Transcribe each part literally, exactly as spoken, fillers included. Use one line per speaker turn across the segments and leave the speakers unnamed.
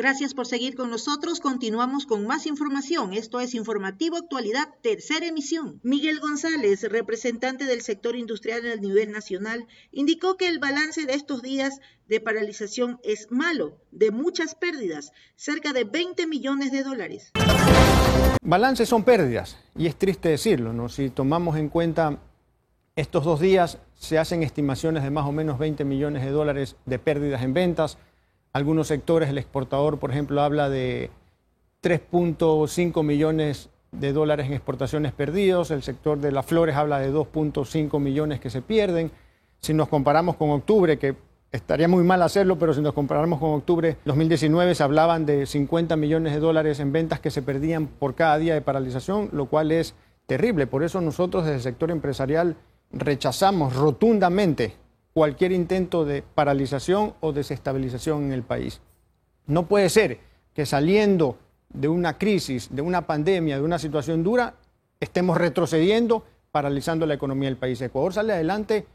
Gracias por seguir con nosotros. Continuamos con más información. Esto es Informativo Actualidad, tercera emisión. Miguel González, representante del sector industrial a nivel nacional, indicó que el balance de estos días de paralización es malo, de muchas pérdidas, cerca de veinte millones de dólares.
Balances son pérdidas, y es triste decirlo, ¿no? Si tomamos en cuenta estos dos días, se hacen estimaciones de más o menos veinte millones de dólares de pérdidas en ventas. Algunos sectores, el exportador, por ejemplo, habla de tres punto cinco millones de dólares en exportaciones perdidos. El sector de las flores habla de dos punto cinco millones que se pierden. Si nos comparamos con octubre, que estaría muy mal hacerlo, pero si nos comparamos con octubre dos mil diecinueve, se hablaban de cincuenta millones de dólares en ventas que se perdían por cada día de paralización, lo cual es terrible. Por eso nosotros desde el sector empresarial rechazamos rotundamente cualquier intento de paralización o desestabilización en el país. No puede ser que saliendo de una crisis, de una pandemia, de una situación dura, estemos retrocediendo, paralizando la economía del país. Ecuador sale adelante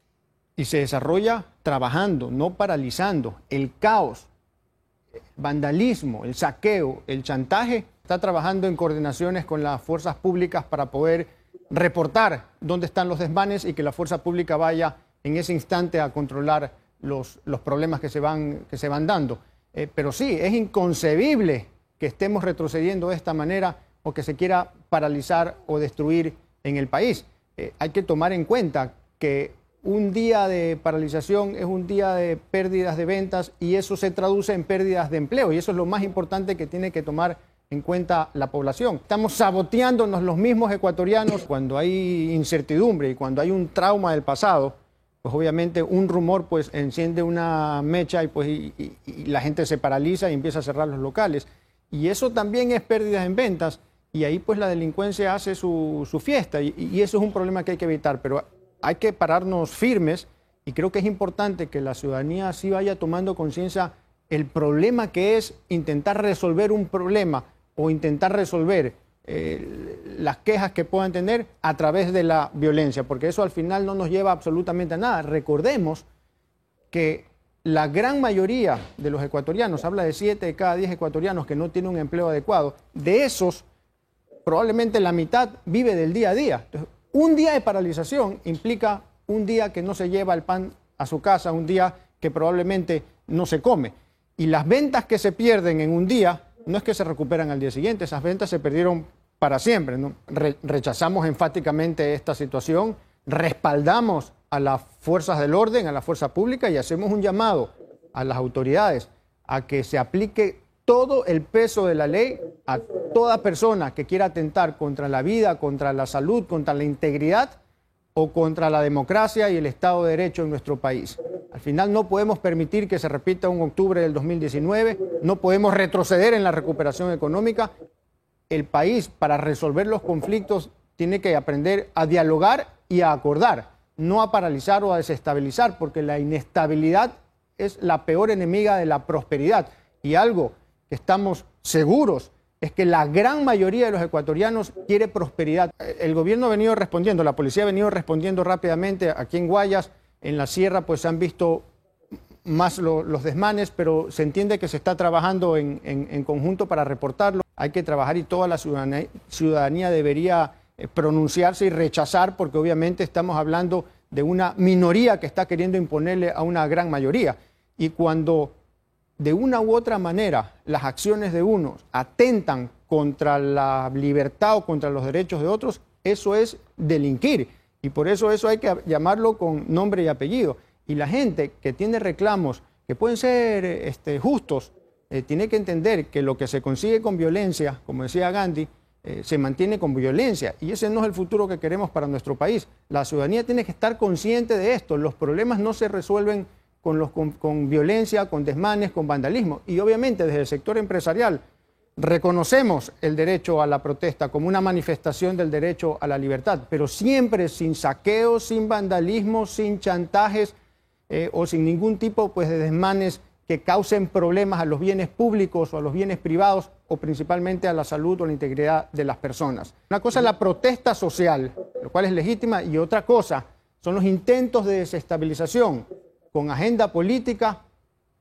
y se desarrolla trabajando, no paralizando. El caos, el vandalismo, el saqueo, el chantaje, está trabajando en coordinaciones con las fuerzas públicas para poder reportar dónde están los desmanes y que la fuerza pública vaya en ese instante a controlar los, los problemas que se van, que se van dando. Eh, pero sí, es inconcebible que estemos retrocediendo de esta manera o que se quiera paralizar o destruir en el país. Eh, hay que tomar en cuenta que un día de paralización es un día de pérdidas de ventas y eso se traduce en pérdidas de empleo, y eso es lo más importante que tiene que tomar en cuenta la población. Estamos saboteándonos los mismos ecuatorianos cuando hay incertidumbre y cuando hay un trauma del pasado. Pues obviamente un rumor pues enciende una mecha y, pues, y, y, y la gente se paraliza y empieza a cerrar los locales. Y eso también es pérdidas en ventas y ahí pues la delincuencia hace su, su fiesta y, y eso es un problema que hay que evitar. Pero hay que pararnos firmes y creo que es importante que la ciudadanía sí vaya tomando conciencia el problema que es intentar resolver un problema o intentar resolver Eh, las quejas que puedan tener a través de la violencia, porque eso al final no nos lleva absolutamente a nada. Recordemos que la gran mayoría de los ecuatorianos, habla de siete de cada diez ecuatorianos que no tienen un empleo adecuado, de esos probablemente la mitad vive del día a día. Entonces, un día de paralización implica un día que no se lleva el pan a su casa, un día que probablemente no se come. Y las ventas que se pierden en un día no es que se recuperan al día siguiente, esas ventas se perdieron para siempre, ¿no? Re- rechazamos enfáticamente esta situación, respaldamos a las fuerzas del orden, a la fuerza pública y hacemos un llamado a las autoridades a que se aplique todo el peso de la ley a toda persona que quiera atentar contra la vida, contra la salud, contra la integridad o contra la democracia y el Estado de Derecho en nuestro país. Al final no podemos permitir que se repita un octubre del dos mil diecinueve, no podemos retroceder en la recuperación económica. El país, para resolver los conflictos, tiene que aprender a dialogar y a acordar, no a paralizar o a desestabilizar, porque la inestabilidad es la peor enemiga de la prosperidad. Y algo que estamos seguros es que la gran mayoría de los ecuatorianos quiere prosperidad. El gobierno ha venido respondiendo, la policía ha venido respondiendo rápidamente. Aquí en Guayas, en la sierra, pues se han visto más lo, los desmanes, pero se entiende que se está trabajando en, en, en conjunto para reportarlo. Hay que trabajar y toda la ciudadanía, ciudadanía debería eh, pronunciarse y rechazar, porque obviamente estamos hablando de una minoría que está queriendo imponerle a una gran mayoría. Y cuando de una u otra manera las acciones de unos atentan contra la libertad o contra los derechos de otros, eso es delinquir. Y por eso eso hay que llamarlo con nombre y apellido. Y la gente que tiene reclamos que pueden ser este, justos, eh, tiene que entender que lo que se consigue con violencia, como decía Gandhi, eh, se mantiene con violencia. Y ese no es el futuro que queremos para nuestro país. La ciudadanía tiene que estar consciente de esto. Los problemas no se resuelven con, los, con, con violencia, con desmanes, con vandalismo. Y obviamente desde el sector empresarial reconocemos el derecho a la protesta como una manifestación del derecho a la libertad, pero siempre sin saqueos, sin vandalismo, sin chantajes eh, o sin ningún tipo pues, de desmanes que causen problemas a los bienes públicos o a los bienes privados o principalmente a la salud o la integridad de las personas. Una cosa es la protesta social, lo cual es legítima, y otra cosa son los intentos de desestabilización con agenda política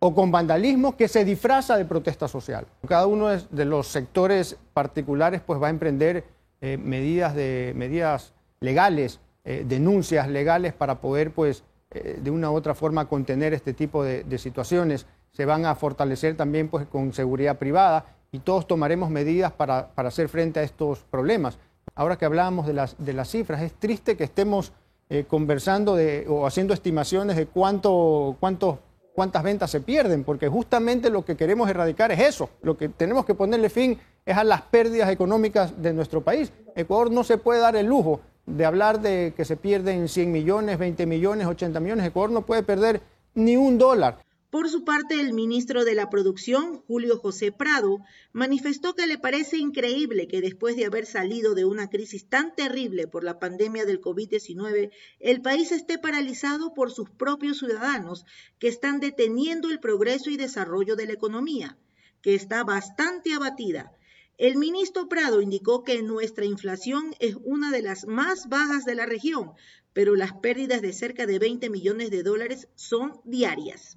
o con vandalismo que se disfraza de protesta social. Cada uno de los sectores particulares pues va a emprender eh, medidas, de, medidas legales, eh, denuncias legales para poder pues eh, de una u otra forma contener este tipo de, de situaciones. Se van a fortalecer también pues con seguridad privada y todos tomaremos medidas para, para hacer frente a estos problemas. Ahora que hablábamos de las, de las cifras, es triste que estemos eh, conversando de, o haciendo estimaciones de cuánto, cuántos cuántas ventas se pierden, porque justamente lo que queremos erradicar es eso. Lo que tenemos que ponerle fin es a las pérdidas económicas de nuestro país. Ecuador no se puede dar el lujo de hablar de que se pierden cien millones, veinte millones, ochenta millones. Ecuador no puede perder ni un dólar.
Por su parte, el ministro de la Producción, Julio José Prado, manifestó que le parece increíble que después de haber salido de una crisis tan terrible por la pandemia del COVID diecinueve, el país esté paralizado por sus propios ciudadanos que están deteniendo el progreso y desarrollo de la economía, que está bastante abatida. El ministro Prado indicó que nuestra inflación es una de las más bajas de la región, pero las pérdidas de cerca de veinte millones de dólares son diarias.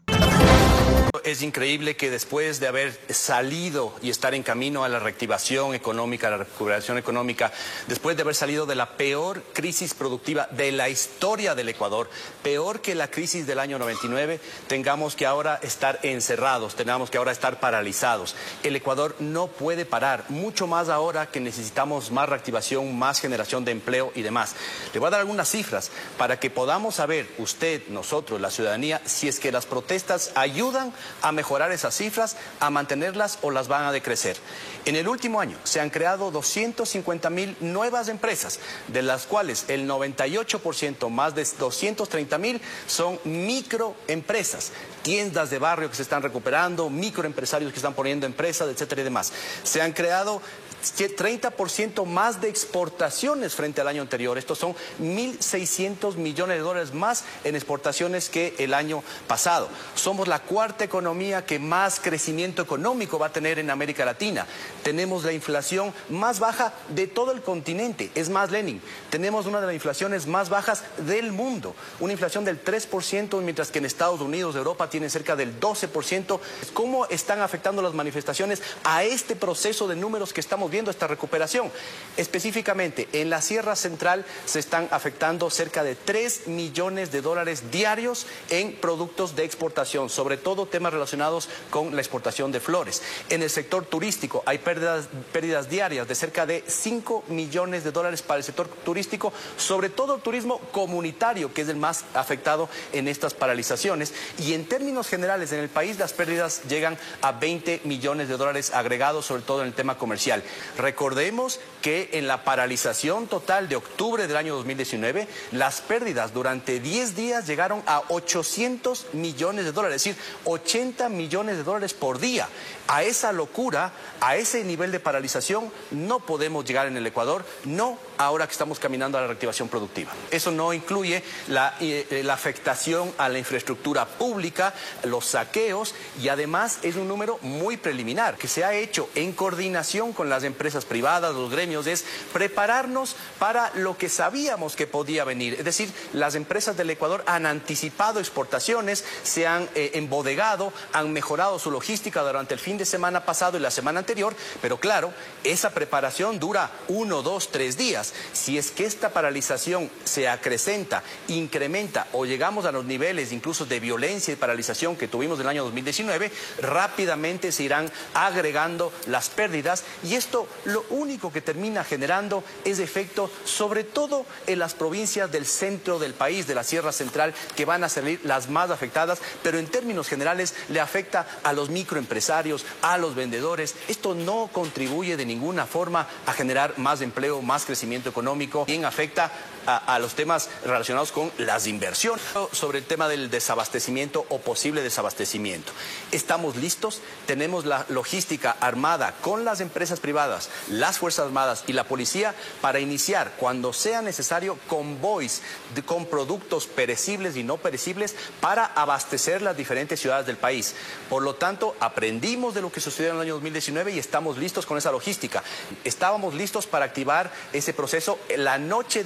Es increíble que después de haber salido y estar en camino a la reactivación económica, a la recuperación económica, después de haber salido de la peor crisis productiva de la historia del Ecuador, peor que la crisis del año noventa y nueve, tengamos que ahora estar encerrados, tengamos que ahora estar paralizados. El Ecuador no puede parar, mucho más ahora que necesitamos más reactivación, más generación de empleo y demás. Le voy a dar algunas cifras para que podamos saber, usted, nosotros, la ciudadanía, si es que las protestas ayudan a mejorar esas cifras, a mantenerlas o las van a decrecer. En el último año se han creado doscientas cincuenta mil nuevas empresas, de las cuales el noventa y ocho por ciento, más de doscientas treinta mil, son microempresas, tiendas de barrio que se están recuperando, microempresarios que están poniendo empresas, etcétera y demás. Se han creado treinta por ciento más de exportaciones frente al año anterior. Estos son mil seiscientos millones de dólares más en exportaciones que el año pasado. Somos la cuarta economía que más crecimiento económico va a tener en América Latina. Tenemos la inflación más baja de todo el continente. Es más, Lenin, tenemos una de las inflaciones más bajas del mundo. Una inflación del tres por ciento, mientras que en Estados Unidos, Europa, tienen cerca del doce por ciento. ¿Cómo están afectando las manifestaciones a este proceso de números que estamos viendo? Esta recuperación. Específicamente, en la Sierra Central se están afectando cerca de tres millones de dólares diarios en productos de exportación, sobre todo temas relacionados con la exportación de flores. En el sector turístico hay pérdidas, pérdidas diarias de cerca de cinco millones de dólares para el sector turístico, sobre todo el turismo comunitario, que es el más afectado en estas paralizaciones. Y en términos generales, en el país las pérdidas llegan a veinte millones de dólares agregados, sobre todo en el tema comercial. Recordemos que en la paralización total de octubre del año dos mil diecinueve, las pérdidas durante diez días llegaron a ochocientos millones de dólares, es decir, ochenta millones de dólares por día. A esa locura, a ese nivel de paralización, no podemos llegar en el Ecuador, no ahora que estamos caminando a la reactivación productiva. Eso no incluye la, eh, la afectación a la infraestructura pública, los saqueos, y además es un número muy preliminar que se ha hecho en coordinación con las empresas privadas, los gremios, es prepararnos para lo que sabíamos que podía venir. Es decir, las empresas del Ecuador han anticipado exportaciones, se han eh, embodegado, han mejorado su logística durante el fin de semana pasado y la semana anterior, pero claro, esa preparación dura uno, dos, tres días. Si es que esta paralización se acrecenta, incrementa o llegamos a los niveles incluso de violencia y paralización que tuvimos en el año dos mil diecinueve, rápidamente se irán agregando las pérdidas, y esto lo único que termina generando es efecto sobre todo en las provincias del centro del país, de la Sierra Central, que van a salir las más afectadas, pero en términos generales le afecta a los microempresarios, a los vendedores. Esto no contribuye de ninguna forma a generar más empleo, más crecimiento económico, bien afecta a, a los temas relacionados con las inversiones. Sobre el tema del desabastecimiento o posible desabastecimiento, estamos listos, tenemos la logística armada con las empresas privadas, las Fuerzas Armadas y la policía para iniciar cuando sea necesario convoys de, con productos perecibles y no perecibles para abastecer las diferentes ciudades del país. Por lo tanto, aprendimos de lo que sucedió en el año dos mil diecinueve y estamos listos con esa logística. Estábamos listos para activar ese proceso la noche de ayer, después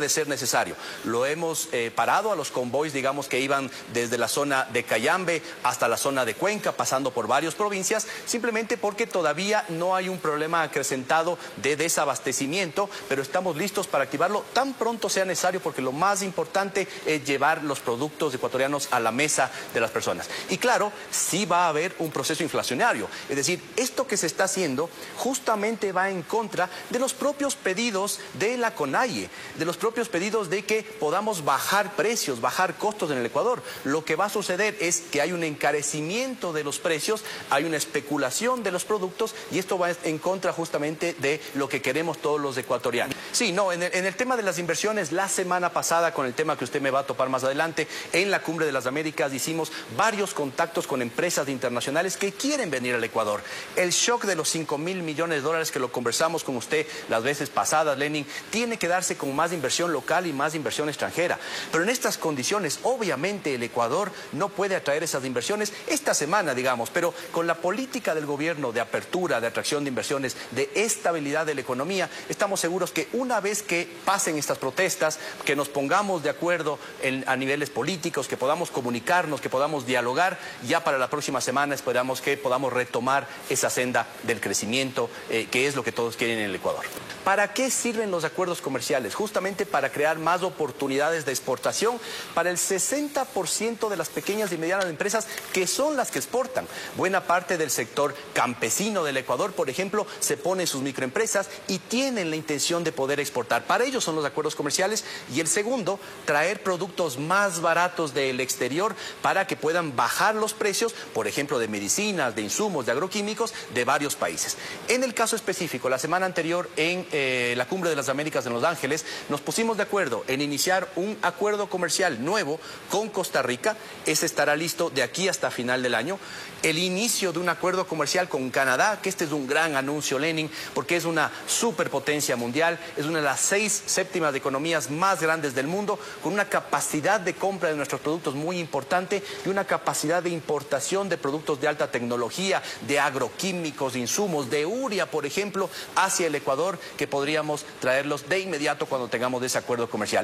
ser necesario. Lo hemos eh, parado a los convoys, digamos, que iban desde la zona de Cayambe hasta la zona de Cuenca, pasando por varias provincias, simplemente porque todavía no hay un problema acrecentado de desabastecimiento, pero estamos listos para activarlo tan pronto sea necesario, porque lo más importante es llevar los productos ecuatorianos a la mesa de las personas. Y claro, sí va a haber un proceso inflacionario, es decir, esto que se está haciendo justamente va en contra de los propios pedidos de la CONAIE, de los propios pedidos de que podamos bajar precios, bajar costos en el Ecuador. Lo que va a suceder es que hay un encarecimiento de los precios, hay una especulación de los productos, y esto va en contra justamente de lo que queremos todos los ecuatorianos. Sí, no, en el, en el tema de las inversiones, la semana pasada, con el tema que usted me va a topar más adelante, en la Cumbre de las Américas hicimos varios contactos con empresas internacionales que quieren venir al Ecuador. El shock de los cinco mil millones de dólares, que lo conversamos con usted las veces pasadas, Lenin, tiene que darse con más inversión local y más inversión extranjera. Pero en estas condiciones, obviamente, el Ecuador no puede atraer esas inversiones esta semana, digamos, pero con la política del gobierno de apertura, de atracción de inversiones, de estabilidad de la economía, estamos seguros que una vez que pasen estas protestas, que nos pongamos de acuerdo en, a niveles políticos, que podamos comunicarnos, que podamos dialogar, ya para la próxima semana esperamos que podamos retomar esa senda del crecimiento, eh, que es lo que todos quieren en el Ecuador. ¿Para qué sirven los acuerdos comerciales? Justamente para crear más oportunidades de exportación para el sesenta por ciento de las pequeñas y medianas empresas, que son las que exportan. Buena parte del sector campesino del Ecuador, por ejemplo, se pone sus microempresas y tienen la intención de poder exportar. Para ellos son los acuerdos comerciales. Y el segundo, traer productos más baratos del exterior para que puedan bajar los precios, por ejemplo, de medicinas, de insumos, de agroquímicos, de varios países. En el caso específico, la semana anterior en eh, la Cumbre de las Américas en Los Ángeles, nos pusimos de acuerdo en iniciar un acuerdo comercial nuevo con Costa Rica. Ese estará listo de aquí hasta final del año. El inicio de un acuerdo comercial con Canadá, que este es un gran anuncio, Lenin, porque es una superpotencia mundial, es una de las seis séptimas economías más grandes del mundo, con una capacidad de compra de nuestros productos muy importante y una capacidad de importación de productos de alta tecnología, de agroquímicos, de insumos, de urea, por ejemplo, hacia el Ecuador, que podríamos traerlos de inmediato cuando tengamos ese acuerdo comercial.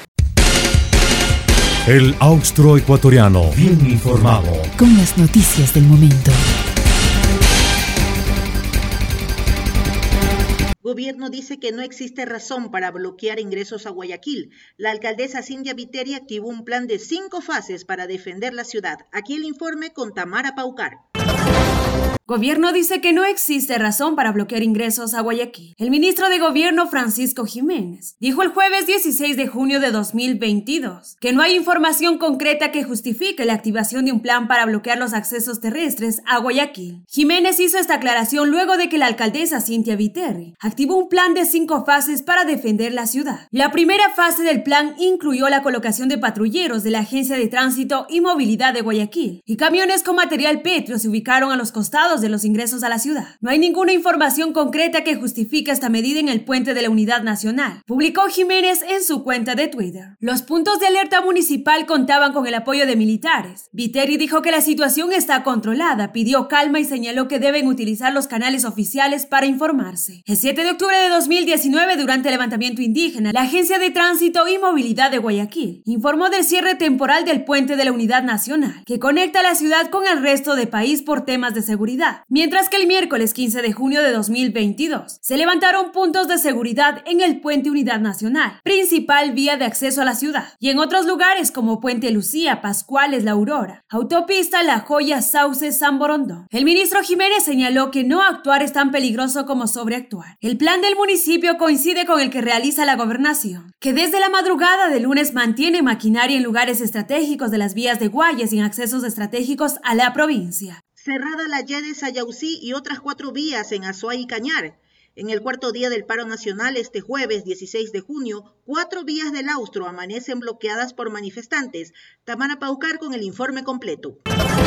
El austroecuatoriano, bien informado,
con las noticias del momento.
Gobierno dice que no existe razón para bloquear ingresos a Guayaquil. La alcaldesa Cintia Viteri activó un plan de cinco fases para defender la ciudad. Aquí el informe con Tamara Paucar.
Gobierno dice que no existe razón para bloquear ingresos a Guayaquil. El ministro de Gobierno, Francisco Jiménez, dijo el jueves dieciséis de junio de dos mil veintidós que no hay información concreta que justifique la activación de un plan para bloquear los accesos terrestres a Guayaquil. Jiménez hizo esta aclaración luego de que la alcaldesa Cintia Viteri activó un plan de cinco fases para defender la ciudad. La primera fase del plan incluyó la colocación de patrulleros de la Agencia de Tránsito y Movilidad de Guayaquil, y camiones con material pétreo se ubicaron a los costados de los ingresos a la ciudad. No hay ninguna información concreta que justifique esta medida en el puente de la Unidad Nacional, publicó Jiménez en su cuenta de Twitter. Los puntos de alerta municipal contaban con el apoyo de militares. Viteri dijo que la situación está controlada, pidió calma y señaló que deben utilizar los canales oficiales para informarse. El siete de octubre de dos mil diecinueve, durante el levantamiento indígena, la Agencia de Tránsito y Movilidad de Guayaquil informó del cierre temporal del puente de la Unidad Nacional, que conecta la ciudad con el resto del país por temas de seguridad. Mientras que el miércoles quince de junio de dos mil veintidós se levantaron puntos de seguridad en el Puente Unidad Nacional, principal vía de acceso a la ciudad, y en otros lugares como Puente Lucía, Pascuales, La Aurora, Autopista La Joya, Sauce, San Borondón. El ministro Jiménez señaló que no actuar es tan peligroso como sobreactuar. El plan del municipio coincide con el que realiza la gobernación, que desde la madrugada de lunes mantiene maquinaria en lugares estratégicos de las vías de Guayas y en accesos estratégicos a la provincia.
Cerrada la Y E D Sayausí y otras cuatro vías en Azuay y Cañar. En el cuarto día del paro nacional, este jueves dieciséis de junio, cuatro vías del Austro amanecen bloqueadas por manifestantes. Tamara Paucar con el informe completo.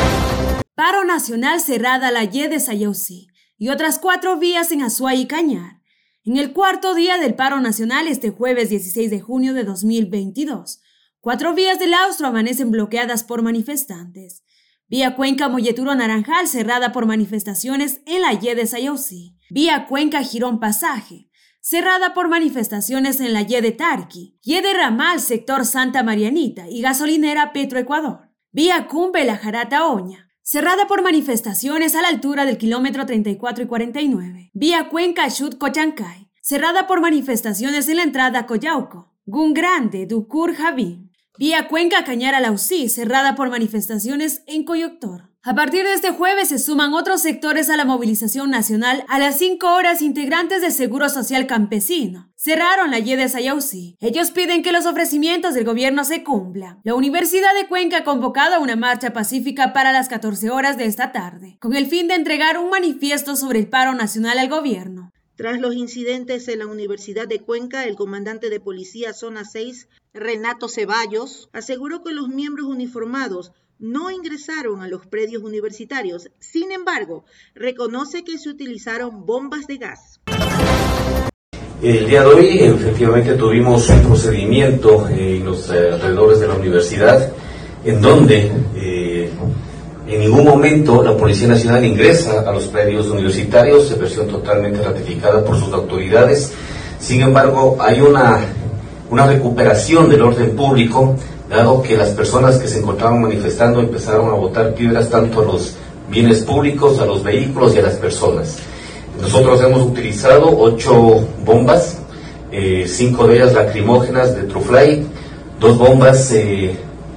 Paro nacional, cerrada la Y E D Sayausí y otras cuatro vías en Azuay y Cañar. En el cuarto día del paro nacional, este jueves dieciséis de junio de dos mil veintidós, cuatro vías del Austro amanecen bloqueadas por manifestantes. Vía Cuenca Molleturo Naranjal, cerrada por manifestaciones en la Y E D Sayausí. Vía Cuenca Girón Pasaje, cerrada por manifestaciones en la Y de Tarqui, Y de Ramal, sector Santa Marianita y gasolinera Petroecuador. Vía Cumbe La Jarata Oña, cerrada por manifestaciones a la altura del kilómetro treinta y cuatro y cuarenta y nueve. Vía Cuenca Xut Cochancay, cerrada por manifestaciones en la entrada a Coyauco. Gun Grande, Ducur Javín. Vía Cuenca Cañara Lausí, cerrada por manifestaciones en Coyoctor. A partir de este jueves se suman otros sectores a la movilización nacional. A las cinco horas, integrantes del Seguro Social Campesino cerraron la Y de Sayausí. Ellos piden que los ofrecimientos del gobierno se cumplan. La Universidad de Cuenca ha convocado a una marcha pacífica para las catorce horas de esta tarde, con el fin de entregar un manifiesto sobre el paro nacional al gobierno.
Tras los incidentes en la Universidad de Cuenca, el comandante de Policía Zona seis, Renato Ceballos, aseguró que los miembros uniformados no ingresaron a los predios universitarios. Sin embargo, reconoce que se utilizaron bombas de gas.
El día de hoy, efectivamente, tuvimos un procedimiento en los alrededores de la universidad en donde eh, en ningún momento la Policía Nacional ingresa a los predios universitarios, versión totalmente ratificada por sus autoridades. Sin embargo, hay una, una recuperación del orden público, dado que las personas que se encontraban manifestando empezaron a botar piedras tanto a los bienes públicos, a los vehículos y a las personas. Nosotros hemos utilizado ocho bombas, eh, cinco de ellas lacrimógenas de Truflay, dos bombas eh,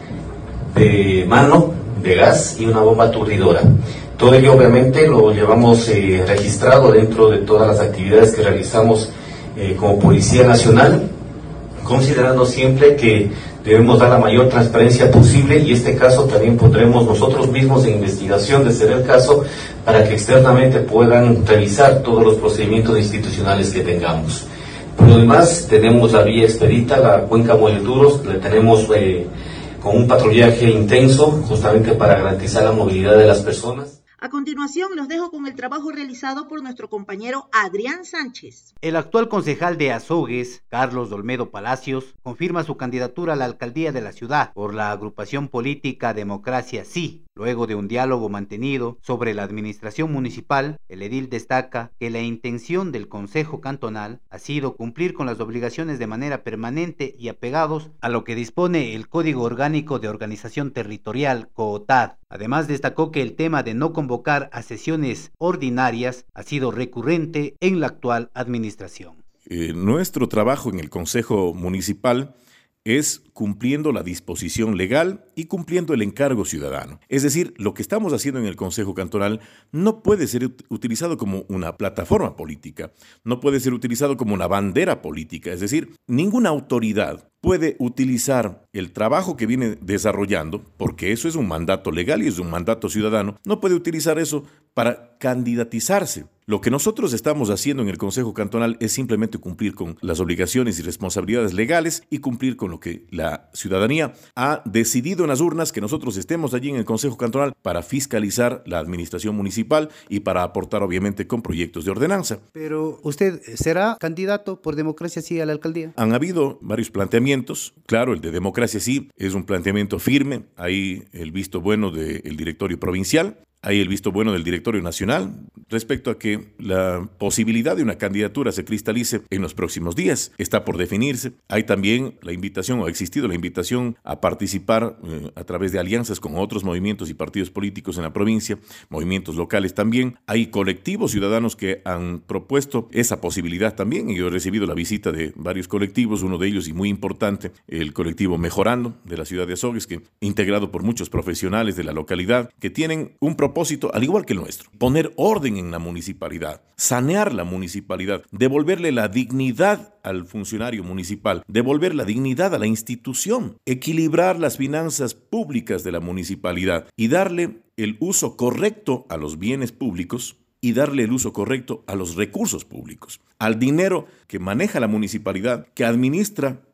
de mano, de gas y una bomba aturdidora. Todo ello obviamente lo llevamos eh, registrado dentro de todas las actividades que realizamos eh, como Policía Nacional, considerando siempre que debemos dar la mayor transparencia posible, y este caso también pondremos nosotros mismos en investigación de ser el caso para que externamente puedan revisar todos los procedimientos institucionales que tengamos. Por lo demás, tenemos la vía expedita, la Cuenca Molleturos, la tenemos eh, con un patrullaje intenso justamente para garantizar la movilidad de las personas.
A continuación, los dejo con el trabajo realizado por nuestro compañero Adrián Sánchez.
El actual concejal de Azogues, Carlos Olmedo Palacios, confirma su candidatura a la alcaldía de la ciudad por la agrupación política Democracia Sí. Luego de un diálogo mantenido sobre la administración municipal, el edil destaca que la intención del Consejo Cantonal ha sido cumplir con las obligaciones de manera permanente y apegados a lo que dispone el Código Orgánico de Organización Territorial, COOTAD. Además, destacó que el tema de no convocar a sesiones ordinarias ha sido recurrente en la actual administración.
Eh, nuestro trabajo en el Consejo Municipal es cumpliendo la disposición legal y cumpliendo el encargo ciudadano. Es decir, lo que estamos haciendo en el Consejo Cantonal no puede ser utilizado como una plataforma política, no puede ser utilizado como una bandera política. Es decir, ninguna autoridad puede utilizar el trabajo que viene desarrollando, porque eso es un mandato legal y es un mandato ciudadano, no puede utilizar eso para candidatizarse. Lo que nosotros estamos haciendo en el Consejo Cantonal es simplemente cumplir con las obligaciones y responsabilidades legales y cumplir con lo que la ciudadanía ha decidido en las urnas, que nosotros estemos allí en el Consejo Cantonal para fiscalizar la administración municipal y para aportar obviamente con proyectos de ordenanza.
Pero ¿usted será candidato por Democracia Sí a la alcaldía?
Han habido varios planteamientos. Claro, el de Democracia Sí es un planteamiento firme. Hay el visto bueno del directorio provincial. Hay el visto bueno del directorio nacional respecto a que la posibilidad de una candidatura se cristalice en los próximos días. Está por definirse. Hay también la invitación, o ha existido la invitación a participar eh, a través de alianzas con otros movimientos y partidos políticos en la provincia, movimientos locales también. Hay colectivos ciudadanos que han propuesto esa posibilidad también, y yo he recibido la visita de varios colectivos, uno de ellos y muy importante, el colectivo Mejorando de la ciudad de Azogues, que integrado por muchos profesionales de la localidad que tienen un propósito propósito, al igual que el nuestro, poner orden en la municipalidad, sanear la municipalidad, devolverle la dignidad al funcionario municipal, devolver la dignidad a la institución, equilibrar las finanzas públicas de la municipalidad y darle el uso correcto a los bienes públicos y darle el uso correcto a los recursos públicos, al dinero que maneja la municipalidad, que administra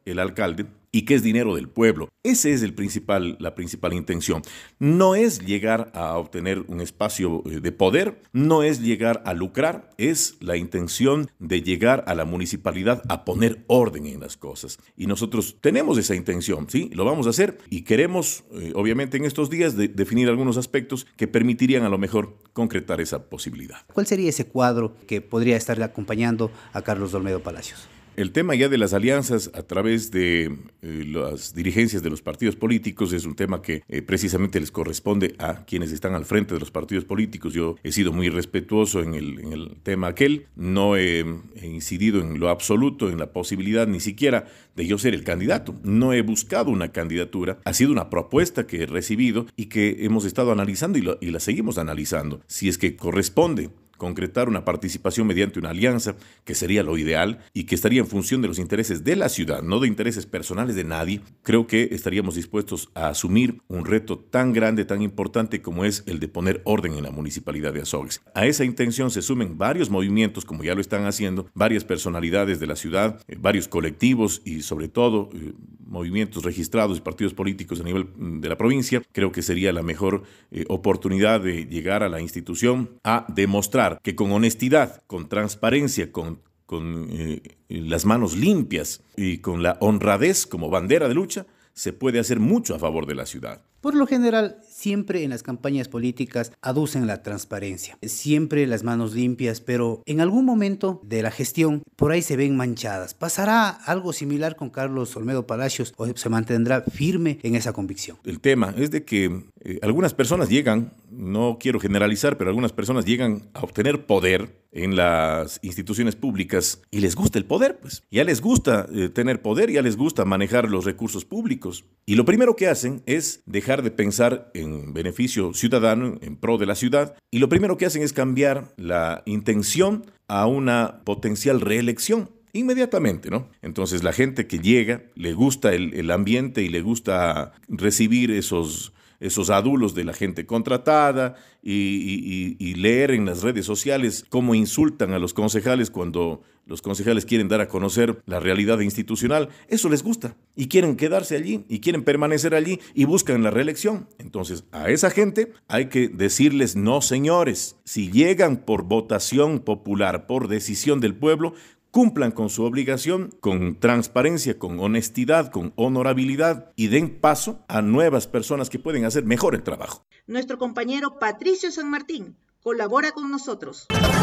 el alcalde y que es dinero del pueblo. Esa es el principal, la principal intención. No es llegar a obtener un espacio de poder, no es llegar a lucrar, es la intención de llegar a la municipalidad a poner orden en las cosas. Y nosotros tenemos esa intención, ¿sí? Lo vamos a hacer y queremos, eh, obviamente en estos días, de, definir algunos aspectos que permitirían a lo mejor concretar esa posibilidad.
¿Cuál sería ese cuadro que podría estarle acompañando a Carlos Olmedo Palacios?
El tema ya de las alianzas a través de eh, las dirigencias de los partidos políticos es un tema que eh, precisamente les corresponde a quienes están al frente de los partidos políticos. Yo he sido muy respetuoso en el, en el tema aquel, no he, he incidido en lo absoluto, en la posibilidad ni siquiera de yo ser el candidato. No he buscado una candidatura, ha sido una propuesta que he recibido y que hemos estado analizando y, lo, y la seguimos analizando. Si es que corresponde concretar una participación mediante una alianza, que sería lo ideal y que estaría en función de los intereses de la ciudad, no de intereses personales de nadie, creo que estaríamos dispuestos a asumir un reto tan grande, tan importante como es el de poner orden en la municipalidad de Azogues. A esa intención se sumen varios movimientos, como ya lo están haciendo, varias personalidades de la ciudad, eh, varios colectivos y sobre todo eh, movimientos registrados y partidos políticos a nivel de la provincia. Creo que sería la mejor eh, oportunidad de llegar a la institución a demostrar que con honestidad, con transparencia, con, con eh, las manos limpias y con la honradez como bandera de lucha, se puede hacer mucho a favor de la ciudad.
Por lo general, siempre en las campañas políticas aducen la transparencia, siempre las manos limpias, pero en algún momento de la gestión por ahí se ven manchadas. ¿Pasará algo similar con Carlos Olmedo Palacios o se mantendrá firme en esa convicción?
El tema es de que eh, algunas personas llegan, no quiero generalizar, pero algunas personas llegan a obtener poder en las instituciones públicas y les gusta el poder, pues. Ya les gusta eh, tener poder, ya les gusta manejar los recursos públicos. Y lo primero que hacen es dejar de pensar en beneficio ciudadano, en pro de la ciudad, y lo primero que hacen es cambiar la intención a una potencial reelección. Inmediatamente, ¿no? Entonces la gente que llega, le gusta el, el ambiente y le gusta recibir esos, esos adulos de la gente contratada y, y, y leer en las redes sociales cómo insultan a los concejales cuando los concejales quieren dar a conocer la realidad institucional. Eso les gusta y quieren quedarse allí y quieren permanecer allí y buscan la reelección. Entonces a esa gente hay que decirles: no, señores, si llegan por votación popular, por decisión del pueblo, cumplan con su obligación, con transparencia, con honestidad, con honorabilidad y den paso a nuevas personas que pueden hacer mejor el trabajo.
Nuestro compañero Patricio San Martín colabora con nosotros.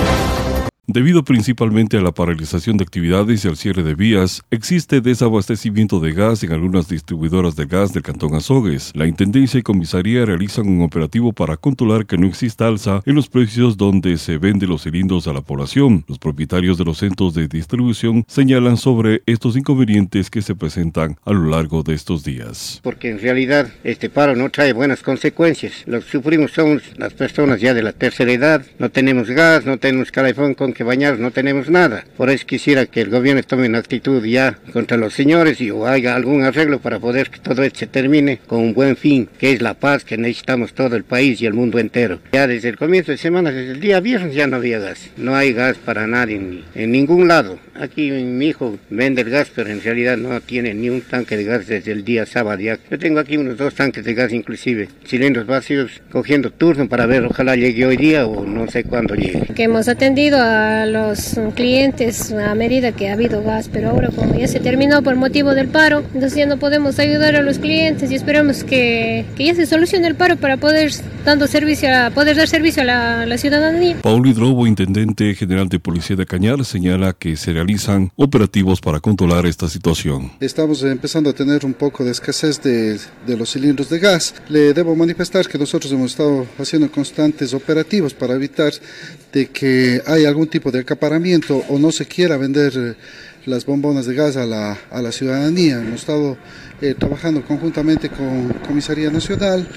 Debido principalmente a la paralización de actividades y al cierre de vías, existe desabastecimiento de gas en algunas distribuidoras de gas del Cantón Azogues. La Intendencia y Comisaría realizan un operativo para controlar que no exista alza en los precios donde se venden los cilindros a la población. Los propietarios de los centros de distribución señalan sobre estos inconvenientes que se presentan a lo largo de estos días.
Porque en realidad este paro no trae buenas consecuencias. Lo que sufrimos somos las personas ya de la tercera edad, no tenemos gas, no tenemos calefón con que bañar, no tenemos nada. Por eso quisiera que el gobierno tome una actitud ya contra los señores y o haga algún arreglo para poder que todo esto se termine con un buen fin, que es la paz que necesitamos todo el país y el mundo entero. Ya desde el comienzo de semana, desde el día viernes ya no había gas. No hay gas para nadie, en, en ningún lado. Aquí mi hijo vende el gas, pero en realidad no tiene ni un tanque de gas desde el día sábado. Ya. Yo tengo aquí unos dos tanques de gas inclusive, cilindros vacíos, cogiendo turno para ver, ojalá llegue hoy día o no sé cuándo llegue.
Que hemos atendido a a los clientes a medida que ha habido gas, pero ahora como ya se terminó por motivo del paro, entonces ya no podemos ayudar a los clientes y esperamos que, que ya se solucione el paro para poder, dando servicio a, poder dar servicio a la, a la ciudadanía.
Paulo Hidrobo, intendente general de Policía de Cañar, señala que se realizan operativos para controlar esta situación.
Estamos empezando a tener un poco de escasez de, de los cilindros de gas. Le debo manifestar que nosotros hemos estado haciendo constantes operativos para evitar de que haya algún tipo de acaparamiento o no se quiera vender las bombonas de gas a la, a la ciudadanía. Hemos estado eh, trabajando conjuntamente con Comisaría Nacional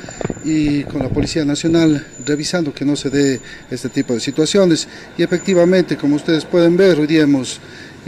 y con la Policía Nacional, revisando que no se dé este tipo de situaciones. Y efectivamente, como ustedes pueden ver, hoy día hemos,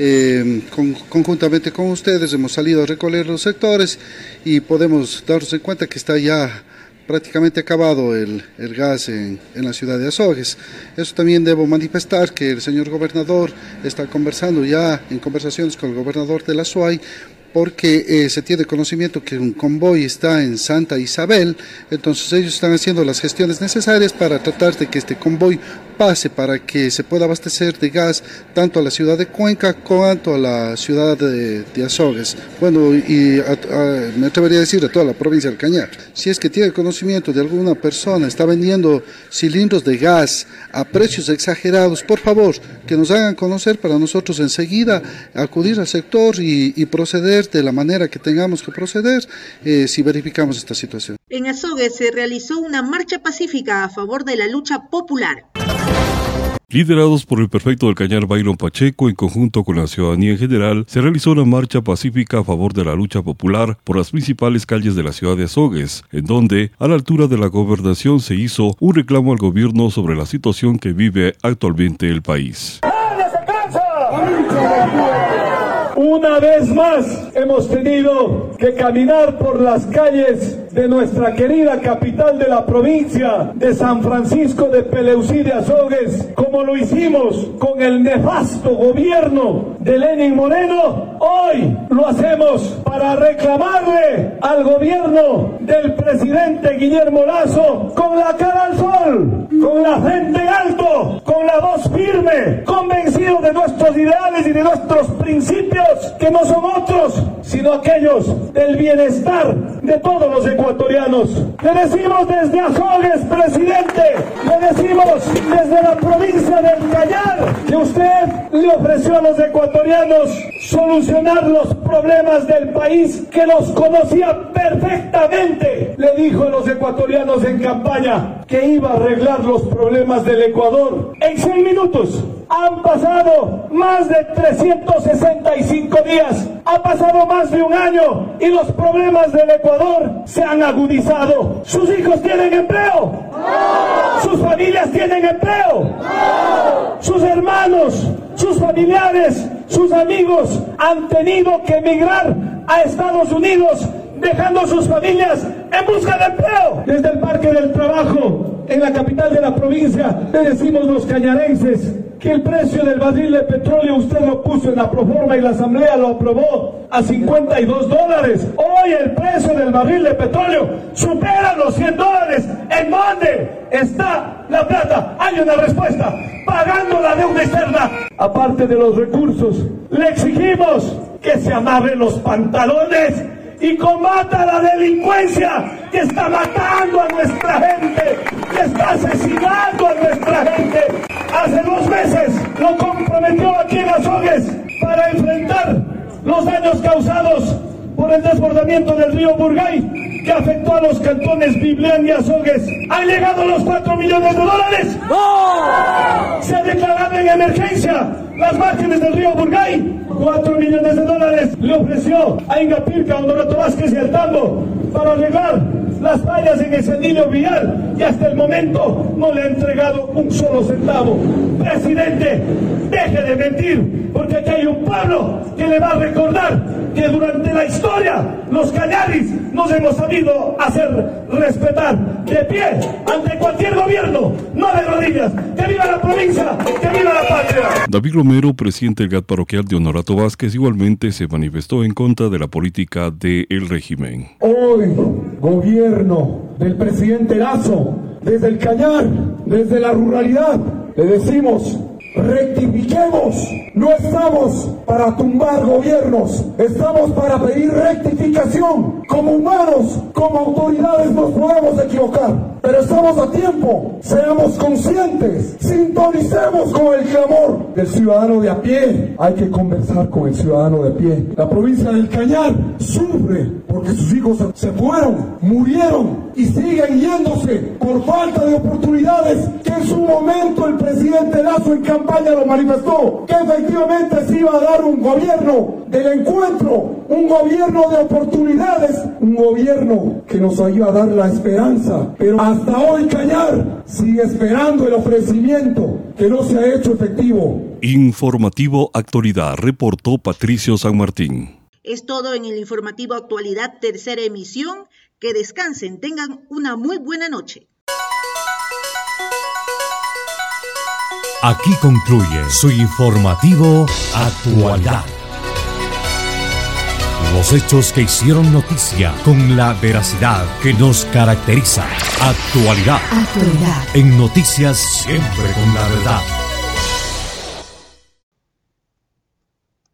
eh, con, conjuntamente con ustedes, hemos salido a recorrer los sectores y podemos darnos cuenta que está ya prácticamente acabado el, el gas en, en la ciudad de Azogues. Eso también debo manifestar que el señor gobernador está conversando ya en conversaciones con el gobernador de la S U A Y porque eh, se tiene conocimiento que un convoy está en Santa Isabel, entonces ellos están haciendo las gestiones necesarias para tratar de que este convoy pase para que se pueda abastecer de gas tanto a la ciudad de Cuenca cuanto a la ciudad de, de Azogues, bueno, y a, a, me atrevería a decir a toda la provincia del Cañar. Si es que tiene conocimiento de alguna persona está vendiendo cilindros de gas a precios exagerados, por favor, que nos hagan conocer para nosotros enseguida acudir al sector y, y proceder de la manera que tengamos que proceder eh, si verificamos esta situación.
En Azogues se realizó una marcha pacífica a favor de la lucha popular.
Liderados por el prefecto del Cañar, Byron Pacheco, en conjunto con la ciudadanía en general, se realizó una marcha pacífica a favor de la lucha popular por las principales calles de la ciudad de Azogues, en donde, a la altura de la gobernación, se hizo un reclamo al gobierno sobre la situación que vive actualmente el país.
Una vez más hemos tenido que caminar por las calles de nuestra querida capital de la provincia de San Francisco de Peleusí de Azogues, como lo hicimos con el nefasto gobierno de Lenín Moreno. Hoy lo hacemos para reclamarle al gobierno del presidente Guillermo Lasso con la cara al sol, con la frente en alto, con la voz firme, convencido de nuestros ideales y de nuestros principios, que no son otros, sino aquellos del bienestar de todos los ecuatorianos. Le decimos desde Azogues, presidente, le decimos desde la provincia del Cañar, que usted le ofreció a los ecuatorianos solucionar los problemas del país, que los conocía perfectamente. Le dijo a los ecuatorianos en campaña que iba a arreglar los problemas del Ecuador en cien minutos. Han pasado más de trescientos sesenta y cinco días, ha pasado más de un año y los problemas del Ecuador se han agudizado. ¿Sus hijos tienen empleo? ¡No! ¿Sus familias tienen empleo? ¡No! ¿Sus hermanos, sus familiares, sus amigos han tenido que emigrar a Estados Unidos, dejando sus familias en busca de empleo? Desde el Parque del Trabajo, en la capital de la provincia, le decimos los cañarenses que el precio del barril de petróleo usted lo puso en la proforma y la asamblea lo aprobó a cincuenta y dos dólares. Hoy el precio del barril de petróleo supera los cien dólares. ¿En dónde está la plata? Hay una respuesta: pagando la deuda externa. Aparte de los recursos, le exigimos que se amarre los pantalones y combata la delincuencia que está matando a nuestra gente, que está asesinando a nuestra gente. Hace dos meses lo comprometió aquí en Azogues para enfrentar los daños causados por el desbordamiento del río Burgay, que afectó a los cantones Biblián y Azogues. ¿Han llegado los cuatro millones de dólares? ¡No! Se ha declarado en emergencia las márgenes del río Burgay. cuatro millones de dólares le ofreció a Ingapirca, Honorato Vázquez y Altambo para arreglar las fallas en el sendillo vial, y hasta el momento no le ha entregado un solo centavo. Presidente, deje de mentir, porque aquí hay un pueblo que le va a recordar que durante la historia los cañaris nos hemos sabido hacer respetar de pie ante cualquier gobierno, no de rodillas. ¡Que viva la provincia! ¡Que viva la patria!
David Romero, presidente del G A T parroquial de Honorato Vázquez, igualmente se manifestó en contra de la política del régimen.
Hoy, gobierno del presidente Lasso, desde el Cañar, desde la ruralidad, le decimos: rectifiquemos. No estamos para tumbar gobiernos, estamos para pedir rectificación. Como humanos, como autoridades nos podemos equivocar, pero estamos a tiempo. Seamos conscientes, sintonicemos con el clamor del ciudadano de a pie. Hay que conversar con el ciudadano de a pie. La provincia del Cañar sufre porque sus hijos se fueron, murieron y siguen yéndose por falta de oportunidades, que en su momento el presidente Lasso en campaña lo manifestó, que efectivamente se iba a dar un gobierno del encuentro, un gobierno de oportunidades, un gobierno que nos iba a dar la esperanza. Pero hasta hoy Cañar sigue esperando el ofrecimiento que no se ha hecho efectivo.
Informativo Actualidad, reportó Patricio San Martín.
Es todo en el Informativo Actualidad, tercera emisión. Que descansen, tengan una muy buena noche.
Aquí concluye su Informativo Actualidad. Los hechos que hicieron noticia con la veracidad que nos caracteriza. Actualidad.
Actualidad.
En noticias siempre con la verdad.